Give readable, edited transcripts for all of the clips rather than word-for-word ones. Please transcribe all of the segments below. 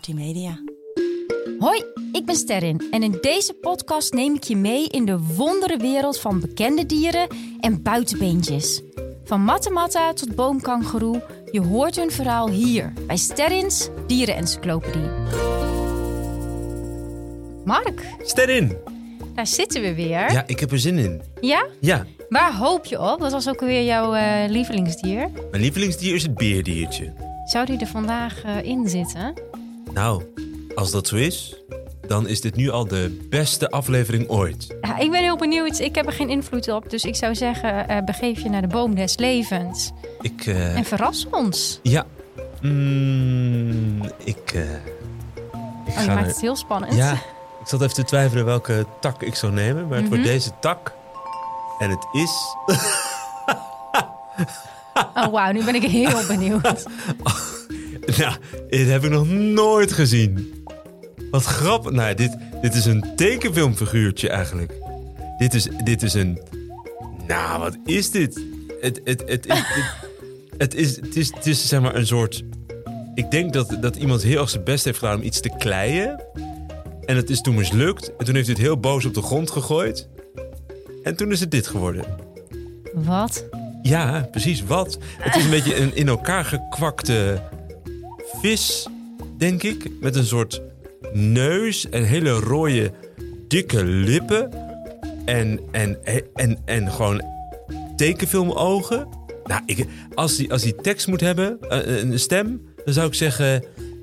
Media. Hoi, ik ben Sterrin en in deze podcast neem ik je mee in de wonderenwereld van bekende dieren en buitenbeentjes. Van matta tot boomkangoeroe, je hoort hun verhaal hier bij Sterrins Dierenencyclopedie. Mark. Sterrin. Daar zitten we weer. Ja, ik heb er zin in. Ja? Ja. Waar hoop je op? Dat was ook alweer jouw lievelingsdier. Mijn lievelingsdier is het beerdiertje. Zou die er vandaag in zitten? Nou, als dat zo is, dan is dit nu al de beste aflevering ooit. Ja, ik ben heel benieuwd. Ik heb er geen invloed op. Dus ik zou zeggen, begeef je naar de boom des levens. En verras ons. Ja. Ik je maakt het heel spannend. Ja, ik zat even te twijfelen welke tak ik zou nemen. Maar het wordt deze tak. En het is... Oh, wauw. Nu ben ik heel benieuwd. Nou, dit heb ik nog nooit gezien. Wat grappig. Nou, dit is een tekenfilmfiguurtje eigenlijk. Dit is een... Nou, wat is dit? Het is zeg maar een soort... Ik denk dat iemand heel erg zijn best heeft gedaan om iets te kleien. En het is toen mislukt. En toen heeft hij het heel boos op de grond gegooid. En toen is het dit geworden. Wat? Ja, precies, wat? Het is een beetje een in elkaar gekwakte vis, denk ik. Met een soort neus en hele rode, dikke lippen. En gewoon tekenfilmogen. Nou, als die tekst moet hebben, een stem, dan zou ik zeggen...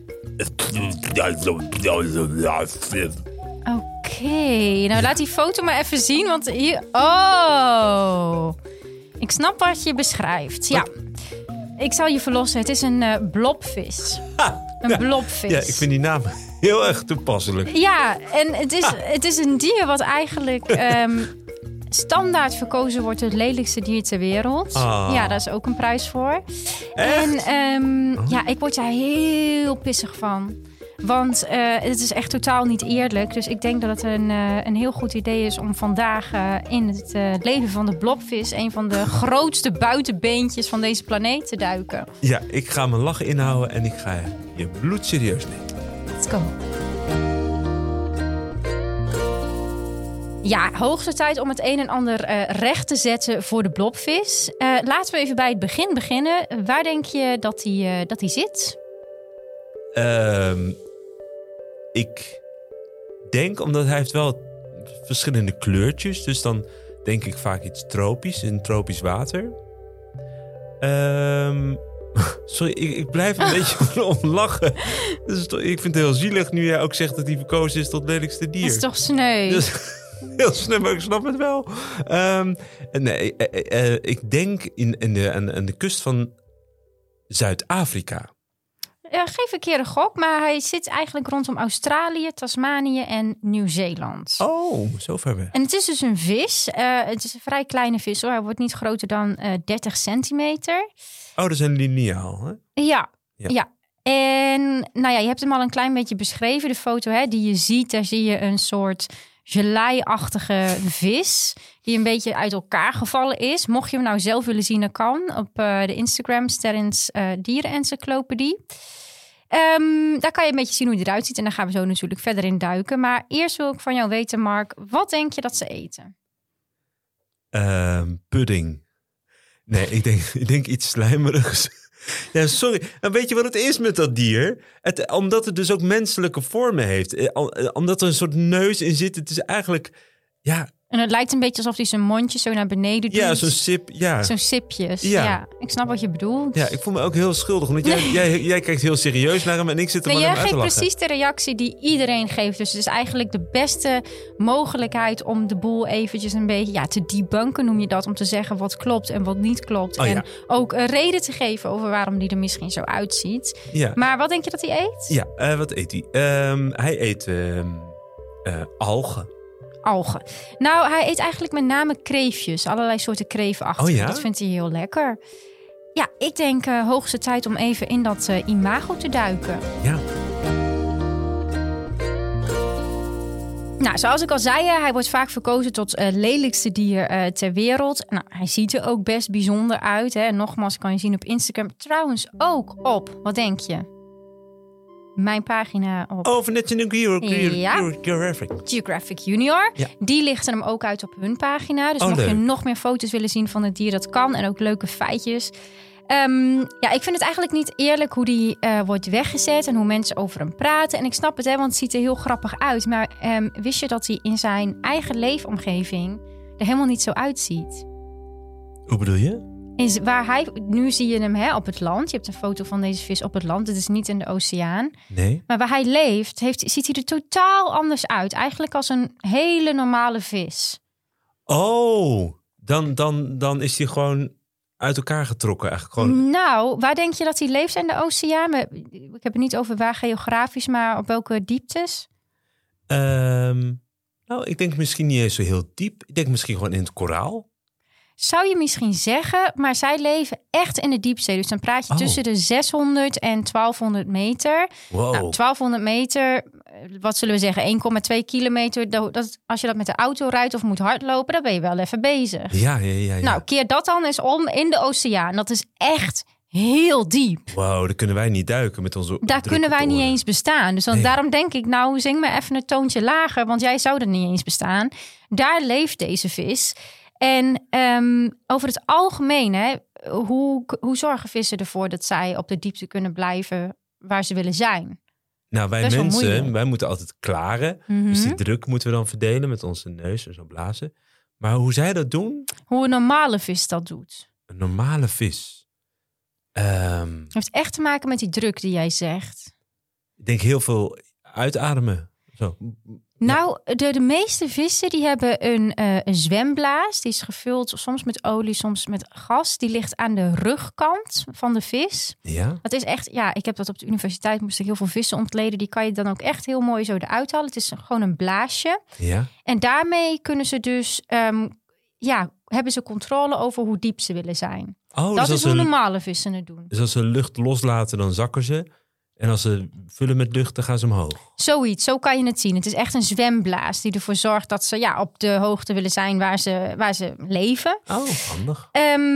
Oké, nou laat die foto maar even zien, want hier... Oh, ik snap wat je beschrijft. Ja, ik zal je verlossen. Het is een blobvis. Een blobvis. Ja, ik vind die naam heel erg toepasselijk. Ja, en het is een dier wat eigenlijk standaard verkozen wordt het lelijkste dier ter wereld. Ja, daar is ook een prijs voor. Echt? En ja, ik word daar heel pissig van. Want het is echt totaal niet eerlijk. Dus ik denk dat het een heel goed idee is om vandaag in het leven van de blobvis... een van de grootste buitenbeentjes van deze planeet te duiken. Ja, ik ga mijn lachen inhouden en ik ga je bloedserieus nemen. Let's go. Ja, hoogste tijd om het een en ander recht te zetten voor de blobvis. Laten we even bij het begin beginnen. Waar denk je dat hij zit? Ik denk, omdat hij heeft wel verschillende kleurtjes. Dus dan denk ik vaak iets tropisch, in tropisch water. Sorry, ik blijf een beetje om lachen. Dus ik vind het heel zielig nu jij ook zegt dat hij verkozen is tot lelijkste dier. Dat is toch sneu? Dus, heel sneu, maar ik snap het wel. Nee, ik denk aan de kust van Zuid-Afrika. Geen verkeerde gok, maar hij zit eigenlijk rondom Australië, Tasmanië en Nieuw-Zeeland. Oh, zo ver weg. En het is dus een vis. Het is een vrij kleine vis hoor. Hij wordt niet groter dan 30 centimeter. Oh, dat is een liniaal, hè? Ja. En nou ja, je hebt hem al een klein beetje beschreven. De foto die je ziet, daar zie je een soort gelei-achtige vis die een beetje uit elkaar gevallen is. Mocht je hem nou zelf willen zien, dan kan op de Instagram Sterrins Dierenencyclopedie. Daar kan je een beetje zien hoe hij eruit ziet en daar gaan we zo natuurlijk verder in duiken. Maar eerst wil ik van jou weten, Mark, wat denk je dat ze eten? Pudding. Nee, ik denk iets slijmerigs. Ja, sorry. En weet je wat het is met dat dier? Omdat het dus ook menselijke vormen heeft. Omdat er een soort neus in zit. Het is eigenlijk... Ja. En het lijkt een beetje alsof hij zijn mondje zo naar beneden doet. Ja, zo'n sip. Ja. Zo'n sipjes. Ja, ik snap wat je bedoelt. Ja, ik voel me ook heel schuldig. Omdat jij kijkt heel serieus naar hem en ik zit er maar naar uit te lachen. Jij geeft precies de reactie die iedereen geeft. Dus het is eigenlijk de beste mogelijkheid om de boel eventjes een beetje te debunken, noem je dat. Om te zeggen wat klopt en wat niet klopt. En ook een reden te geven over waarom die er misschien zo uitziet. Ja. Maar wat denk je dat hij eet? Ja, wat eet hij? Hij eet algen. Algen. Nou, hij eet eigenlijk met name kreefjes. Allerlei soorten kreefachtige. Oh ja? Dat vindt hij heel lekker. Ja, ik denk hoogste tijd om even in dat imago te duiken. Ja. Nou, zoals ik al zei, hij wordt vaak verkozen tot lelijkste dier ter wereld. Nou, hij ziet er ook best bijzonder uit. Hè. Nogmaals, kan je zien op Instagram. Trouwens ook op, wat denk je? mijn pagina op Oh, van National Geographic. Geographic Junior. Ja. Die lichten hem ook uit op hun pagina. Dus mocht leuk. je nog meer foto's willen zien van het dier, dat kan. En ook leuke feitjes. Ik vind het eigenlijk niet eerlijk hoe die wordt weggezet en hoe mensen over hem praten. En ik snap het, want het ziet er heel grappig uit. Maar wist je dat hij in zijn eigen leefomgeving er helemaal niet zo uitziet? Hoe bedoel je? Nu zie je hem op het land. Je hebt een foto van deze vis op het land. Het is niet in de oceaan. Nee. Maar waar hij leeft, ziet hij er totaal anders uit. Eigenlijk als een hele normale vis. Oh, dan is hij gewoon uit elkaar getrokken. Eigenlijk gewoon... Nou, waar denk je dat hij leeft in de oceaan? Ik heb het niet over waar geografisch, maar op welke dieptes? Ik denk misschien niet eens zo heel diep. Ik denk misschien gewoon in het koraal. Zou je misschien zeggen, maar zij leven echt in de diepzee. Dus dan praat je tussen de 600 en 1200 meter. Wow. Nou, 1200 meter, wat zullen we zeggen, 1,2 kilometer. Als je dat met de auto rijdt of moet hardlopen, dan ben je wel even bezig. Ja. Nou, keer dat dan eens om in de oceaan. Dat is echt heel diep. Wow, daar kunnen wij niet duiken met onze... Daar kunnen wij niet eens bestaan. Dus daarom denk ik, nou, zing me even een toontje lager. Want jij zou er niet eens bestaan. Daar leeft deze vis. En over het algemeen, hoe zorgen vissen ervoor dat zij op de diepte kunnen blijven waar ze willen zijn? Nou, wij moeten altijd klaren. Mm-hmm. Dus die druk moeten we dan verdelen met onze neus en zo blazen. Maar hoe zij dat doen? Hoe een normale vis dat doet. Een normale vis. Het heeft echt te maken met die druk die jij zegt. Ik denk heel veel uitademen. Zo. Nou, de meeste vissen die hebben een zwemblaas. Die is gevuld soms met olie, soms met gas. Die ligt aan de rugkant van de vis. Ja? Dat is echt, ik heb dat op de universiteit, moest ik heel veel vissen ontleden. Die kan je dan ook echt heel mooi zo eruit halen. Het is gewoon een blaasje. Ja. En daarmee kunnen ze dus, hebben ze controle over hoe diep ze willen zijn. Oh, dat dus is hoe normale vissen het doen. Dus als ze lucht loslaten, dan zakken ze. En als ze vullen met lucht, dan gaan ze omhoog. Zoiets, zo kan je het zien. Het is echt een zwemblaas die ervoor zorgt dat ze op de hoogte willen zijn waar ze leven. Oh, handig.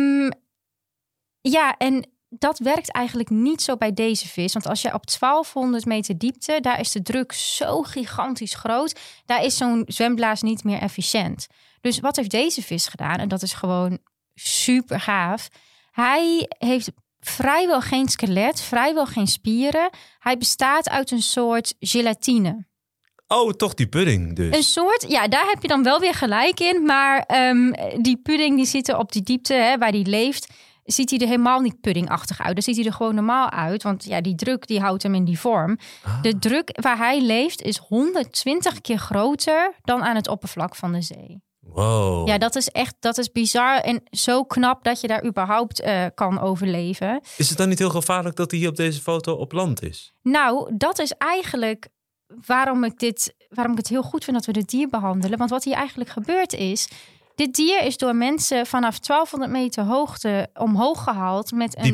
En dat werkt eigenlijk niet zo bij deze vis. Want als je op 1200 meter diepte, daar is de druk zo gigantisch groot. Daar is zo'n zwemblaas niet meer efficiënt. Dus wat heeft deze vis gedaan? En dat is gewoon super gaaf. Hij heeft vrijwel geen skelet, vrijwel geen spieren. Hij bestaat uit een soort gelatine. Oh, toch die pudding dus. Een soort, daar heb je dan wel weer gelijk in. Maar die pudding die ziet er op die diepte waar die leeft, ziet hij er helemaal niet puddingachtig uit. Dan ziet hij er gewoon normaal uit. Want die druk die houdt hem in die vorm. Ah. De druk waar hij leeft is 120 keer groter dan aan het oppervlak van de zee. Wow. Ja, dat is bizar en zo knap dat je daar überhaupt kan overleven. Is het dan niet heel gevaarlijk dat hij hier op deze foto op land is? Nou, dat is eigenlijk waarom ik het heel goed vind dat we dit dier behandelen. Want wat hier eigenlijk gebeurd is, dit dier is door mensen vanaf 1200 meter hoogte omhoog gehaald met een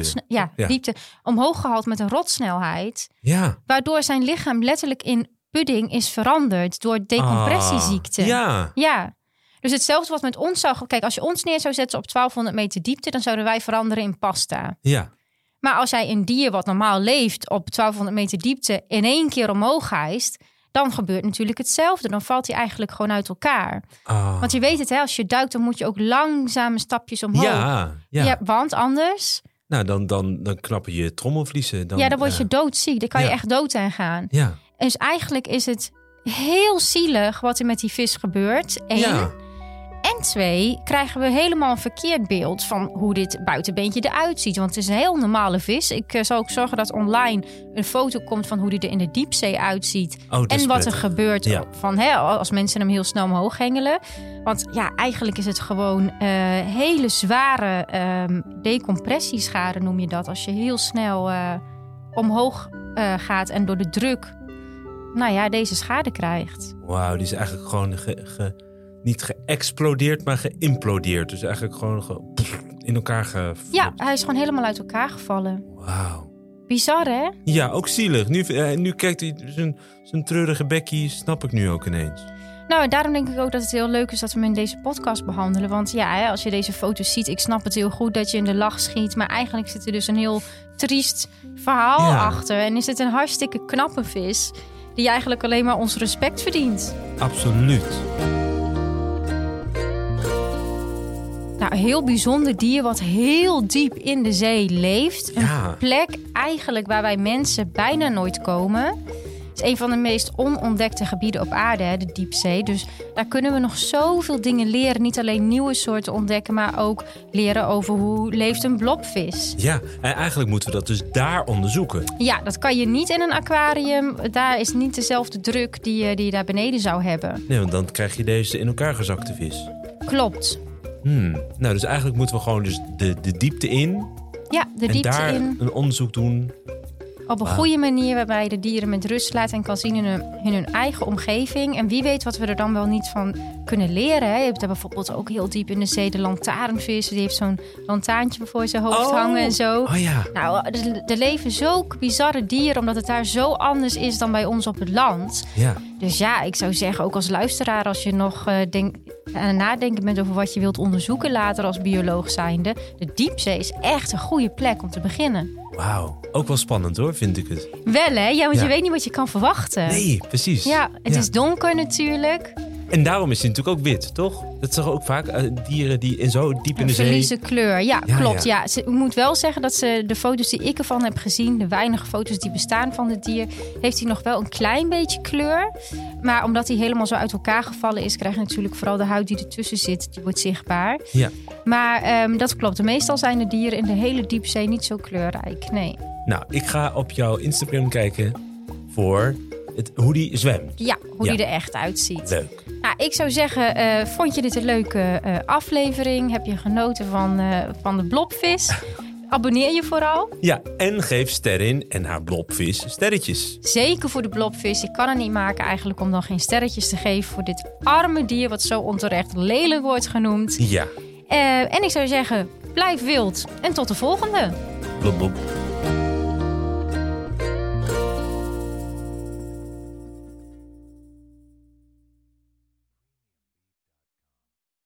diepte omhoog gehaald met een rotsnelheid. Ja. Waardoor zijn lichaam letterlijk in pudding is veranderd door decompressieziekte. Ja. Dus hetzelfde wat met ons zou... Kijk, als je ons neer zou zetten op 1200 meter diepte, dan zouden wij veranderen in pasta. Ja. Maar als jij een dier wat normaal leeft op 1200 meter diepte in 1 keer omhoog hijst, dan gebeurt natuurlijk hetzelfde. Dan valt hij eigenlijk gewoon uit elkaar. Want je weet het, als je duikt, dan moet je ook langzame stapjes omhoog. Ja, want anders... Nou, dan knappen je trommelvliezen. Dan word je doodziek. Dan kan je echt dood aan gaan. Ja. Dus eigenlijk is het heel zielig wat er met die vis gebeurt. 1. En 2, krijgen we helemaal een verkeerd beeld van hoe dit buitenbeentje eruit ziet. Want het is een heel normale vis. Ik zal ook zorgen dat online een foto komt van hoe die er in de diepzee uitziet. En wat er gebeurt van als mensen hem heel snel omhoog hengelen. Want eigenlijk is het gewoon hele zware decompressieschade, noem je dat. Als je heel snel omhoog gaat en door de druk deze schade krijgt. Wauw, die is eigenlijk gewoon niet geëxplodeerd, maar geïmplodeerd. Dus eigenlijk gewoon in elkaar gevlopt. Ja, hij is gewoon helemaal uit elkaar gevallen. Wauw. Bizar, hè? Ja, ook zielig. Nu kijkt hij zijn treurige bekkie, snap ik nu ook ineens. Nou, daarom denk ik ook dat het heel leuk is dat we hem in deze podcast behandelen. Want ja, als je deze foto's ziet, ik snap het heel goed dat je in de lach schiet. Maar eigenlijk zit er dus een heel triest verhaal achter. En is het een hartstikke knappe vis die eigenlijk alleen maar ons respect verdient. Absoluut. Nou, een heel bijzonder dier wat heel diep in de zee leeft. Een plek eigenlijk waar wij mensen bijna nooit komen. Het is een van de meest onontdekte gebieden op aarde, hè, de diepzee. Dus daar kunnen we nog zoveel dingen leren. Niet alleen nieuwe soorten ontdekken, maar ook leren over hoe leeft een blobvis. Ja, en eigenlijk moeten we dat dus daar onderzoeken. Ja, dat kan je niet in een aquarium. Daar is niet dezelfde druk die je daar beneden zou hebben. Nee, want dan krijg je deze in elkaar gezakte vis. Klopt. Nou, dus eigenlijk moeten we gewoon dus de diepte in. Ja, de diepte en daar in. een onderzoek doen. Op een goede manier waarbij je de dieren met rust laat en kan zien in hun eigen omgeving. En wie weet wat we er dan wel niet van kunnen leren. Hè? Je hebt daar bijvoorbeeld ook heel diep in de zee de lantaarnvis. Die heeft zo'n lantaarntje voor zijn hoofd hangen en zo. Oh ja. Nou, er leven zulke bizarre dieren omdat het daar zo anders is dan bij ons op het land. Ja. Dus ja, ik zou zeggen, ook als luisteraar, als je nog aan het nadenken bent over wat je wilt onderzoeken later als bioloog zijnde. De diepzee is echt een goede plek om te beginnen. Wauw, ook wel spannend hoor, vind ik het. Wel hè? Ja, want je weet niet wat je kan verwachten. Nee, precies. Ja, het is donker natuurlijk. En daarom is hij natuurlijk ook wit, toch? Dat zeggen ook vaak dieren die in zo diep in de zee... Verliezen kleur, ja, klopt. Ja. Ik moet wel zeggen dat de foto's die ik ervan heb gezien, de weinige foto's die bestaan van het dier, heeft hij nog wel een klein beetje kleur. Maar omdat hij helemaal zo uit elkaar gevallen is, krijg je natuurlijk vooral de huid die ertussen zit, die wordt zichtbaar. Ja. Maar dat klopt. Meestal zijn de dieren in de hele diepzee niet zo kleurrijk, nee. Nou, ik ga op jouw Instagram kijken voor hoe die zwemt. Ja, hoe die er echt uitziet. Leuk. Nou, ik zou zeggen, vond je dit een leuke aflevering? Heb je genoten van de blobvis? Abonneer je vooral. Ja, en geef Sterrin en haar blobvis sterretjes. Zeker voor de blobvis. Ik kan het niet maken eigenlijk om dan geen sterretjes te geven voor dit arme dier wat zo onterecht lelijk wordt genoemd. Ja. En ik zou zeggen, blijf wild en tot de volgende. Blob, blob.